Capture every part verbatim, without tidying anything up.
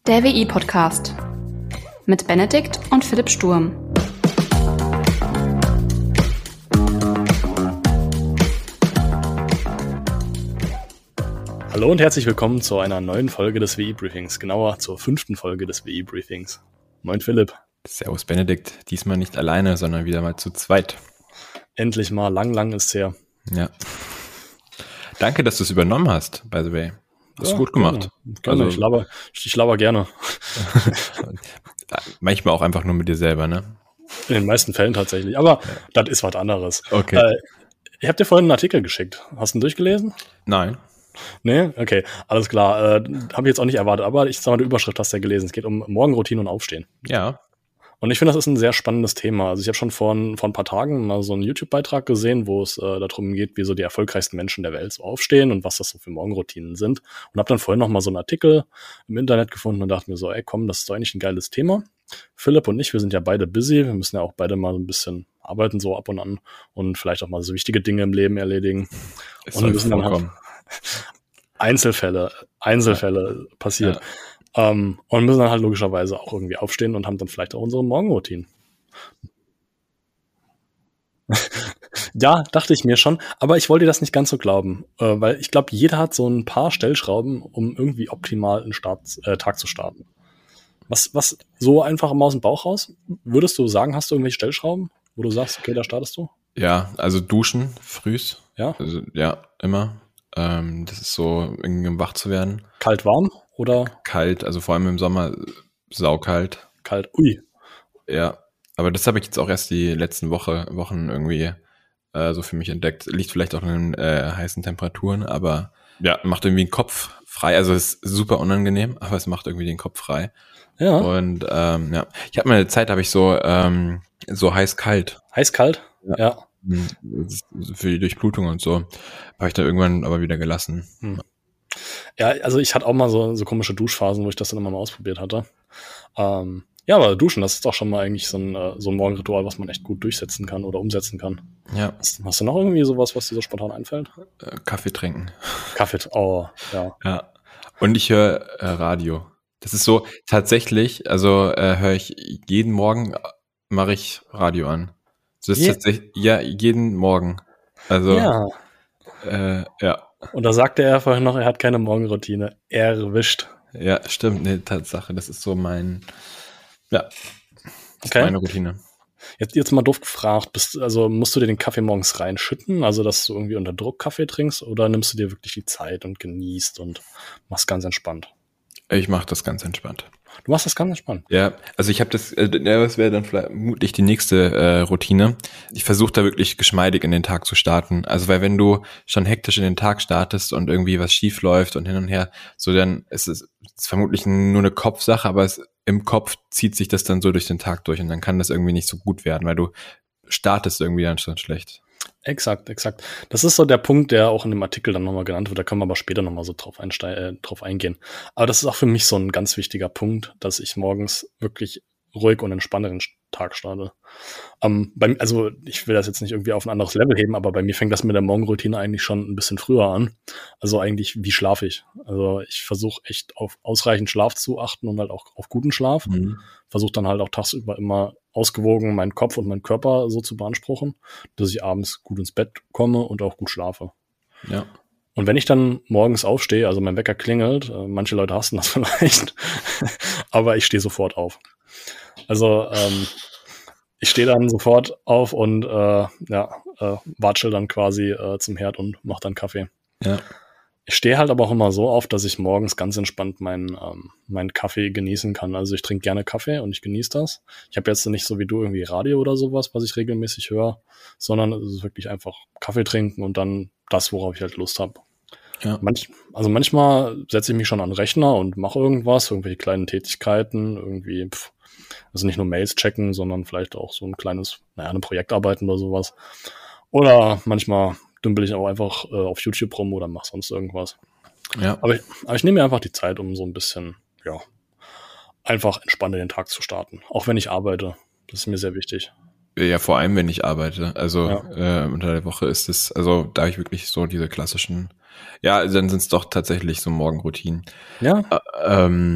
Der W I-Podcast mit Benedikt und Philipp Sturm. Hallo und herzlich willkommen zu einer neuen Folge des W I-Briefings, genauer zur fünften Folge des W I-Briefings. Moin Philipp. Servus Benedikt, diesmal nicht alleine, sondern wieder mal zu zweit. Endlich mal, lang, lang ist's her. Ja. Danke, dass du es übernommen hast, by the way. Hast du gut gemacht. Gerne, gerne. Also, ich laber, ich laber gerne. Manchmal auch einfach nur mit dir selber, ne? In den meisten Fällen tatsächlich, aber ja. Das ist was anderes. Okay. Äh, ich habe dir vorhin einen Artikel geschickt. Hast du ihn durchgelesen? Nein. Nee? Okay, alles klar. Äh, habe ich jetzt auch nicht erwartet, aber ich sag mal, die Überschrift hast du ja gelesen. Es geht um Morgenroutine und Aufstehen. Ja. Und ich finde, das ist ein sehr spannendes Thema. Also ich habe schon vor ein, vor ein paar Tagen mal so einen YouTube-Beitrag gesehen, wo es äh, darum geht, wie so die erfolgreichsten Menschen der Welt so aufstehen und was das so für Morgenroutinen sind. Und habe dann vorhin noch mal so einen Artikel im Internet gefunden und dachte mir so, ey komm, das ist doch eigentlich ein geiles Thema. Philipp und ich, wir sind ja beide busy. Wir müssen ja auch beide mal so ein bisschen arbeiten so ab und an und vielleicht auch mal so wichtige Dinge im Leben erledigen. Es und soll müssen dann halt Einzelfälle, Einzelfälle ja. passiert. Ja. Um, und müssen dann halt logischerweise auch irgendwie aufstehen und haben dann vielleicht auch unsere Morgenroutinen. Ja, dachte ich mir schon, aber ich wollte das nicht ganz so glauben, äh, weil ich glaube, jeder hat so ein paar Stellschrauben, um irgendwie optimal einen Start, äh, Tag zu starten. Was, was so einfach mal aus dem Bauch raus? Würdest du sagen, hast du irgendwelche Stellschrauben, wo du sagst, okay, da startest du? Ja, also duschen, frühs. Ja? Also, ja, immer. Ähm, das ist so, irgendwie um wach zu werden. Kalt, warm? Oder? Kalt, also vor allem im Sommer saukalt. Kalt, ui. Ja, aber das habe ich jetzt auch erst die letzten Woche, Wochen irgendwie äh, so für mich entdeckt. Liegt vielleicht auch an den äh, heißen Temperaturen, aber ja, macht irgendwie den Kopf frei. Also es ist super unangenehm, aber es macht irgendwie den Kopf frei. Ja. Und ähm, ja, ich habe mal eine Zeit, habe ich so ähm, so heiß-kalt. Heiß-kalt? Ja. ja. Für die Durchblutung und so. Habe ich dann irgendwann aber wieder gelassen. Hm. Ja, also ich hatte auch mal so, so komische Duschphasen, wo ich das dann immer mal ausprobiert hatte. Ähm, ja, aber Duschen, das ist doch schon mal eigentlich so ein, so ein Morgenritual, was man echt gut durchsetzen kann oder umsetzen kann. Ja. Hast, hast du noch irgendwie sowas, was dir so spontan einfällt? Äh, Kaffee trinken. Kaffee, oh, ja. Ja. Und ich höre äh, Radio. Das ist so, tatsächlich, also äh, höre ich jeden Morgen, mache ich Radio an. Das ist Je- tatsächlich, ja, jeden Morgen. Also, ja. Äh, ja. Und da sagte er vorhin noch, er hat keine Morgenroutine. Erwischt. Ja, stimmt, ne, Tatsache. Das ist so mein, ja, das okay. ist meine Routine. Jetzt, jetzt mal doof gefragt, bist, also musst du dir den Kaffee morgens reinschütten, also dass du irgendwie unter Druck Kaffee trinkst, oder nimmst du dir wirklich die Zeit und genießt und machst ganz entspannt? Ich mache das ganz entspannt. Du machst das ganz entspannt? Ja, also ich habe das, äh, das wäre dann vermutlich die nächste äh, Routine. Ich versuche da wirklich geschmeidig in den Tag zu starten. Also weil wenn du schon hektisch in den Tag startest und irgendwie was schief läuft und hin und her, so dann ist es ist vermutlich nur eine Kopfsache, aber es, im Kopf zieht sich das dann so durch den Tag durch und dann kann das irgendwie nicht so gut werden, weil du startest irgendwie dann schon schlecht. Exakt, exakt. Das ist so der Punkt, der auch in dem Artikel dann nochmal genannt wird. Da können wir aber später nochmal so drauf, einste- äh, drauf eingehen. Aber das ist auch für mich so ein ganz wichtiger Punkt, dass ich morgens wirklich ruhig und entspannt den Tag starte. Ähm, bei, also ich will das jetzt nicht irgendwie auf ein anderes Level heben, aber bei mir fängt das mit der Morgenroutine eigentlich schon ein bisschen früher an. Also eigentlich, wie schlafe ich? Also ich versuche echt auf ausreichend Schlaf zu achten und halt auch auf guten Schlaf. Mhm. Versuche dann halt auch tagsüber immer ausgewogen meinen Kopf und meinen Körper so zu beanspruchen, dass ich abends gut ins Bett komme und auch gut schlafe. Ja. Und wenn ich dann morgens aufstehe, also mein Wecker klingelt, äh, manche Leute hassen das vielleicht, aber ich stehe sofort auf. Also ähm, ich stehe dann sofort auf und äh, ja, äh, watschel dann quasi äh, zum Herd und mache dann Kaffee. Ja. Ich stehe halt aber auch immer so auf, dass ich morgens ganz entspannt meinen ähm, meinen Kaffee genießen kann. Also ich trinke gerne Kaffee und ich genieße das. Ich habe jetzt nicht so wie du irgendwie Radio oder sowas, was ich regelmäßig höre, sondern es ist wirklich einfach Kaffee trinken und dann das, worauf ich halt Lust habe. Ja. Manch, also manchmal setze ich mich schon an den Rechner und mache irgendwas, irgendwelche kleinen Tätigkeiten, irgendwie, pff, also nicht nur Mails checken, sondern vielleicht auch so ein kleines, naja, ein Projekt arbeiten oder sowas. Oder manchmal dümpel ich auch einfach äh, auf YouTube rum oder mache sonst irgendwas. Ja. Aber ich, aber ich nehme mir einfach die Zeit, um so ein bisschen, ja, einfach entspannt in den Tag zu starten. Auch wenn ich arbeite. Das ist mir sehr wichtig. Ja, vor allem, wenn ich arbeite. Also ja. äh, unter der Woche ist es, also da habe ich wirklich so diese klassischen, ja, dann sind es doch tatsächlich so Morgenroutinen. Ja. Ä- ähm,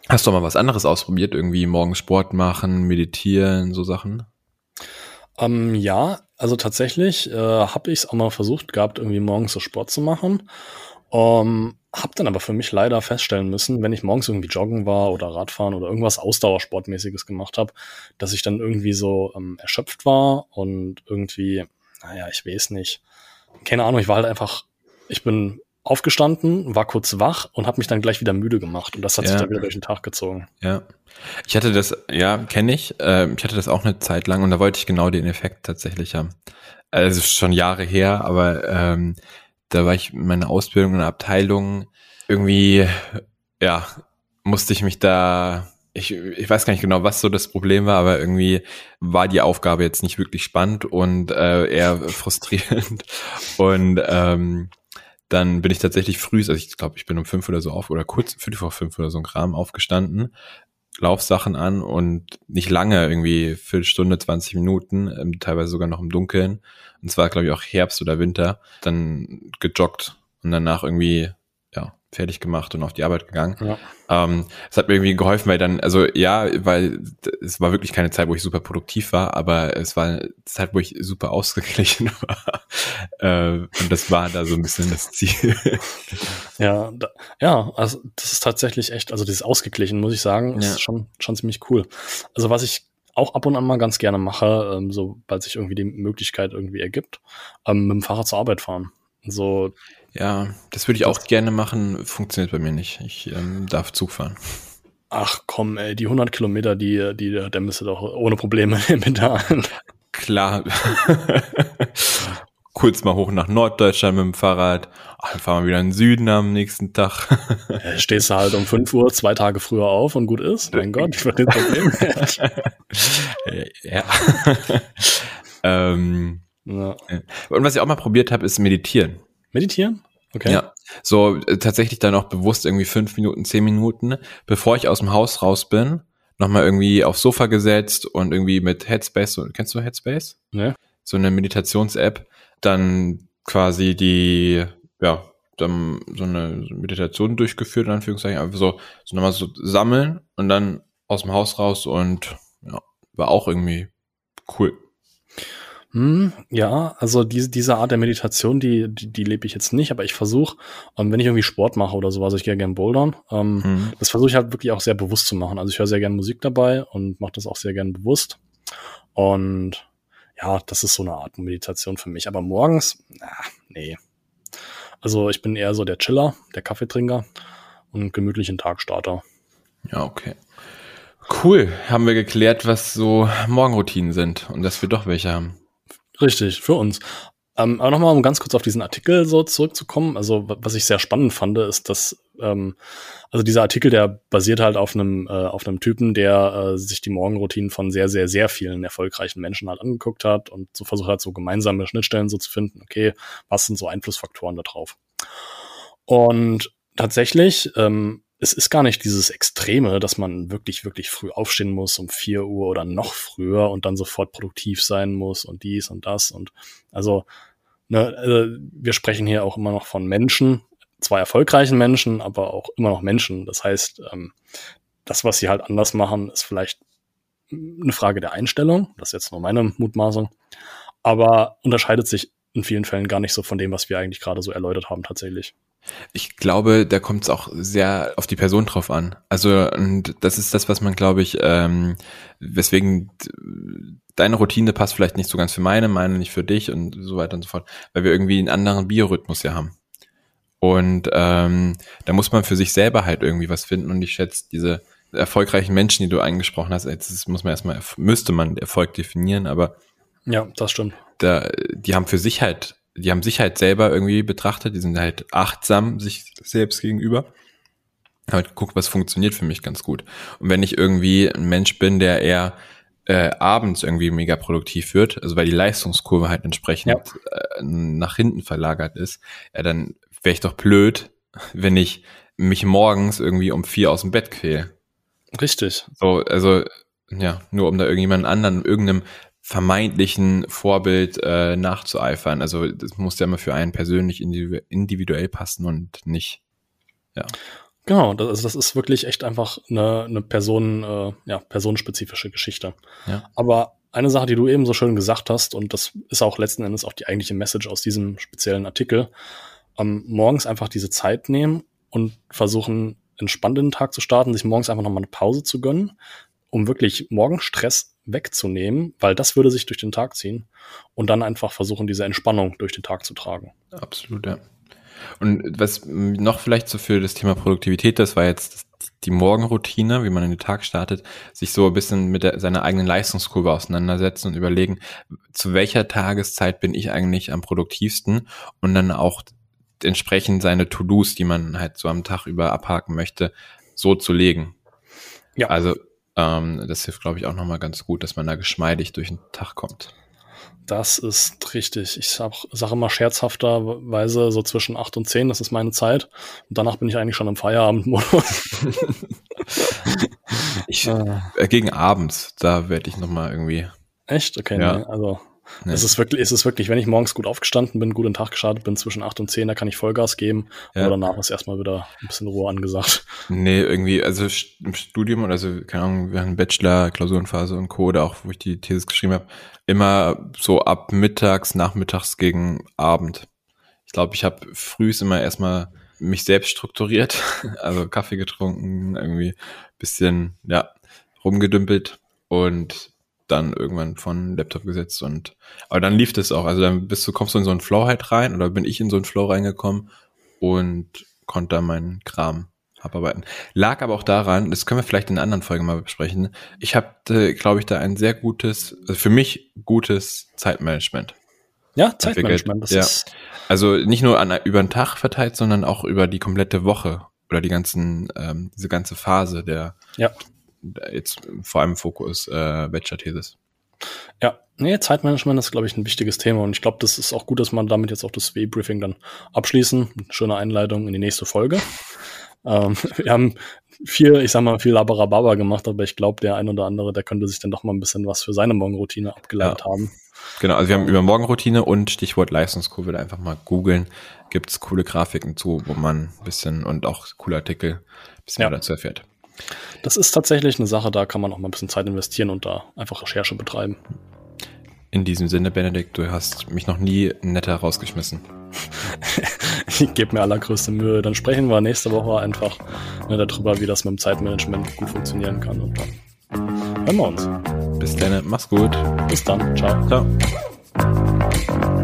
Hast du mal was anderes ausprobiert? Irgendwie morgens Sport machen, meditieren, so Sachen? Ähm, ja, also tatsächlich äh, habe ich es auch mal versucht gehabt, irgendwie morgens so Sport zu machen. Ähm, hab dann aber für mich leider feststellen müssen, wenn ich morgens irgendwie joggen war oder Radfahren oder irgendwas Ausdauersportmäßiges gemacht habe, dass ich dann irgendwie so ähm, erschöpft war und irgendwie, naja, ich weiß nicht. Keine Ahnung, ich war halt einfach, ich bin aufgestanden, war kurz wach und habe mich dann gleich wieder müde gemacht. Und das hat Ja. sich dann wieder durch den Tag gezogen. Ja. Ich hatte das, ja, kenne ich. Äh, ich hatte das auch eine Zeit lang und da wollte ich genau den Effekt tatsächlich haben. Also schon Jahre her, aber ähm, da war ich in meiner Ausbildung in einer Abteilung. Irgendwie, ja, musste ich mich da, ich, ich weiß gar nicht genau, was so das Problem war, aber irgendwie war die Aufgabe jetzt nicht wirklich spannend und äh, eher frustrierend. Und ähm, dann bin ich tatsächlich früh, also ich glaube, ich bin um fünf oder so auf, oder kurz fünf vor fünf oder so ein Kram aufgestanden, Laufsachen an und nicht lange, irgendwie Viertelstunde, zwanzig Minuten, ähm, teilweise sogar noch im Dunkeln. Und zwar, glaube ich, auch Herbst oder Winter, dann gejoggt und danach irgendwie, ja, fertig gemacht und auf die Arbeit gegangen. Ja. Ähm, es hat mir irgendwie geholfen, weil dann, also ja, weil es war wirklich keine Zeit, wo ich super produktiv war, aber es war eine Zeit, wo ich super ausgeglichen war. äh, und das war da so ein bisschen das Ziel. Ja, da, ja, also das ist tatsächlich echt, also dieses Ausgeglichen, muss ich sagen, Ja. ist schon, schon ziemlich cool. Also was ich auch ab und an mal ganz gerne mache, ähm, sobald sich irgendwie die Möglichkeit irgendwie ergibt, ähm, mit dem Fahrrad zur Arbeit fahren. So, Ja, das würde ich auch gerne machen, funktioniert bei mir nicht. Ich ähm, darf Zug fahren. ach komm, ey, die hundert Kilometer, die, die, der müsste doch ohne Probleme bezahlen. Klar. Kurz mal hoch nach Norddeutschland mit dem Fahrrad. Ach, dann fahren wir wieder in den Süden am nächsten Tag. Ja, stehst du halt um fünf Uhr, zwei Tage früher auf und gut ist. Mein Gott, ich verstehe das Problem. Ja. ähm, Ja. Und was ich auch mal probiert habe, ist meditieren. Meditieren? Okay. Ja, so äh, tatsächlich dann auch bewusst irgendwie fünf Minuten, zehn Minuten, bevor ich aus dem Haus raus bin, nochmal irgendwie aufs Sofa gesetzt und irgendwie mit Headspace, so, kennst du Headspace? Ne? So eine Meditations-App, dann quasi die, ja, dann so eine Meditation durchgeführt, in Anführungszeichen, einfach so, so nochmal so sammeln und dann aus dem Haus raus und ja, war auch irgendwie cool. Hm, ja, also diese, diese Art der Meditation, die, die, die lebe ich jetzt nicht, aber ich versuche, ähm, wenn ich irgendwie Sport mache oder sowas, ich gehe gerne bouldern, ähm, Mhm. das versuche ich halt wirklich auch sehr bewusst zu machen. Also ich höre sehr gerne Musik dabei und mache das auch sehr gerne bewusst. Und ja, das ist so eine Art Meditation für mich. Aber morgens, na, nee. Also ich bin eher so der Chiller, der Kaffeetrinker und gemütlichen Tagstarter. Ja, okay. Cool, haben wir geklärt, was so Morgenroutinen sind und dass wir doch welche haben. Richtig, für uns. Ähm, aber nochmal, um ganz kurz auf diesen Artikel so zurückzukommen. Also, was ich sehr spannend fand, ist, dass, ähm, also dieser Artikel, der basiert halt auf einem, äh, auf einem Typen, der äh, sich die Morgenroutinen von sehr, sehr, sehr vielen erfolgreichen Menschen halt angeguckt hat und so versucht hat, so gemeinsame Schnittstellen so zu finden. Okay, was sind so Einflussfaktoren da drauf? Und tatsächlich, ähm, es ist gar nicht dieses Extreme, dass man wirklich, wirklich früh aufstehen muss, um vier Uhr oder noch früher und dann sofort produktiv sein muss und dies und das. Und also, ne, äh, wir sprechen hier auch immer noch von Menschen, zwar erfolgreichen Menschen, aber auch immer noch Menschen. Das heißt, ähm, das, was sie halt anders machen, ist vielleicht eine Frage der Einstellung. Das ist jetzt nur meine Mutmaßung. Aber unterscheidet sich in vielen Fällen gar nicht so von dem, was wir eigentlich gerade so erläutert haben tatsächlich. Ich glaube, da kommt es auch sehr auf die Person drauf an. Also, und das ist das, was man, glaube ich, ähm, weswegen deine Routine passt vielleicht nicht so ganz für meine, meine nicht für dich und so weiter und so fort, weil wir irgendwie einen anderen Biorhythmus ja haben. Und ähm, da muss man für sich selber halt irgendwie was finden. Und ich schätze, diese erfolgreichen Menschen, die du angesprochen hast, jetzt muss man erstmal, müsste man Erfolg definieren, aber ja, das stimmt. Da, die haben für sich halt, die haben sich halt selber irgendwie betrachtet, die sind halt achtsam sich selbst gegenüber. Halt guck, was funktioniert für mich ganz gut. Und wenn ich irgendwie ein Mensch bin, der eher äh, abends irgendwie mega produktiv wird, also weil die Leistungskurve halt entsprechend ja. äh, nach hinten verlagert ist, ja, dann wäre ich doch blöd, wenn ich mich morgens irgendwie um vier aus dem Bett quäle. Richtig. So, also ja, nur um da irgendjemand anderen, irgendeinem vermeintlichen Vorbild äh, nachzueifern. Also das muss ja immer für einen persönlich individuell passen und nicht, ja. Genau, das, also das ist wirklich echt einfach eine, eine Person, äh, ja, personenspezifische Geschichte. Ja. Aber eine Sache, die du eben so schön gesagt hast, und das ist auch letzten Endes auch die eigentliche Message aus diesem speziellen Artikel, ähm, morgens einfach diese Zeit nehmen und versuchen, entspannt in den Tag zu starten, sich morgens einfach nochmal eine Pause zu gönnen, um wirklich morgens Stress wegzunehmen, weil das würde sich durch den Tag ziehen, und dann einfach versuchen, diese Entspannung durch den Tag zu tragen. Absolut, ja. Und was noch vielleicht so für das Thema Produktivität, das war jetzt die Morgenroutine, wie man in den Tag startet, sich so ein bisschen mit der, seiner eigenen Leistungskurve auseinandersetzen und überlegen, zu welcher Tageszeit bin ich eigentlich am produktivsten, und dann auch entsprechend seine To-Dos, die man halt so am Tag über abhaken möchte, so zu legen. Ja. Also ähm, das hilft, glaube ich, auch nochmal ganz gut, dass man da geschmeidig durch den Tag kommt. Das ist richtig. Ich sag, sage immer scherzhafterweise so zwischen acht und zehn, das ist meine Zeit. Und danach bin ich eigentlich schon im Feierabendmodus. ich, äh, gegen abends, da werde ich nochmal irgendwie... Echt? Okay, ja. nee, also nee. es ist wirklich, es ist wirklich, wenn ich morgens gut aufgestanden bin, gut in den Tag gestartet bin, zwischen acht und zehn, da kann ich Vollgas geben. Ja. Aber danach ist erstmal wieder ein bisschen Ruhe angesagt. Nee, irgendwie, also im Studium oder so, keine Ahnung, wir hatten Bachelor, Klausurenphase und Co., oder auch, wo ich die Thesis geschrieben habe, immer so ab mittags, nachmittags gegen Abend. Ich glaube, ich habe frühs immer erstmal mich selbst strukturiert, also Kaffee getrunken, irgendwie bisschen, ja, rumgedümpelt und dann irgendwann von Laptop gesetzt, und aber dann lief das auch, also dann bist du, kommst du in so einen Flow halt rein, oder bin ich in so einen Flow reingekommen und konnte da meinen Kram abarbeiten. Lag aber auch daran, das können wir vielleicht in einer anderen Folge mal besprechen, ich habe, glaube ich, da ein sehr gutes, also für mich gutes Zeitmanagement. Ja, Zeitmanagement, das ja. ist... Also nicht nur an, über den Tag verteilt, sondern auch über die komplette Woche oder die ganzen, ähm, diese ganze Phase der, ja. jetzt vor allem Fokus äh, Bachelor-Thesis. Ja, nee, Zeitmanagement ist, glaube ich, ein wichtiges Thema, und ich glaube, das ist auch gut, dass man damit jetzt auch das W E-Briefing dann abschließen. Eine schöne Einleitung in die nächste Folge. ähm, wir haben viel, ich sag mal, viel Labarababa gemacht, aber ich glaube, der ein oder andere, der könnte sich dann doch mal ein bisschen was für seine Morgenroutine abgeleitet ja. haben. Genau, also wir haben über Morgenroutine und Stichwort Leistungskurve da einfach mal googeln. Gibt's coole Grafiken zu, wo man ein bisschen, und auch coole Artikel, ein bisschen ja. mehr dazu erfährt. Das ist tatsächlich eine Sache, da kann man auch mal ein bisschen Zeit investieren und da einfach Recherche betreiben. In diesem Sinne, Benedikt, du hast mich noch nie netter rausgeschmissen. Ich gebe mir allergrößte Mühe. Dann sprechen wir nächste Woche einfach ne, darüber, wie das mit dem Zeitmanagement gut funktionieren kann. Und dann hören wir uns. Bis dann, mach's gut. Bis dann, ciao. Ciao.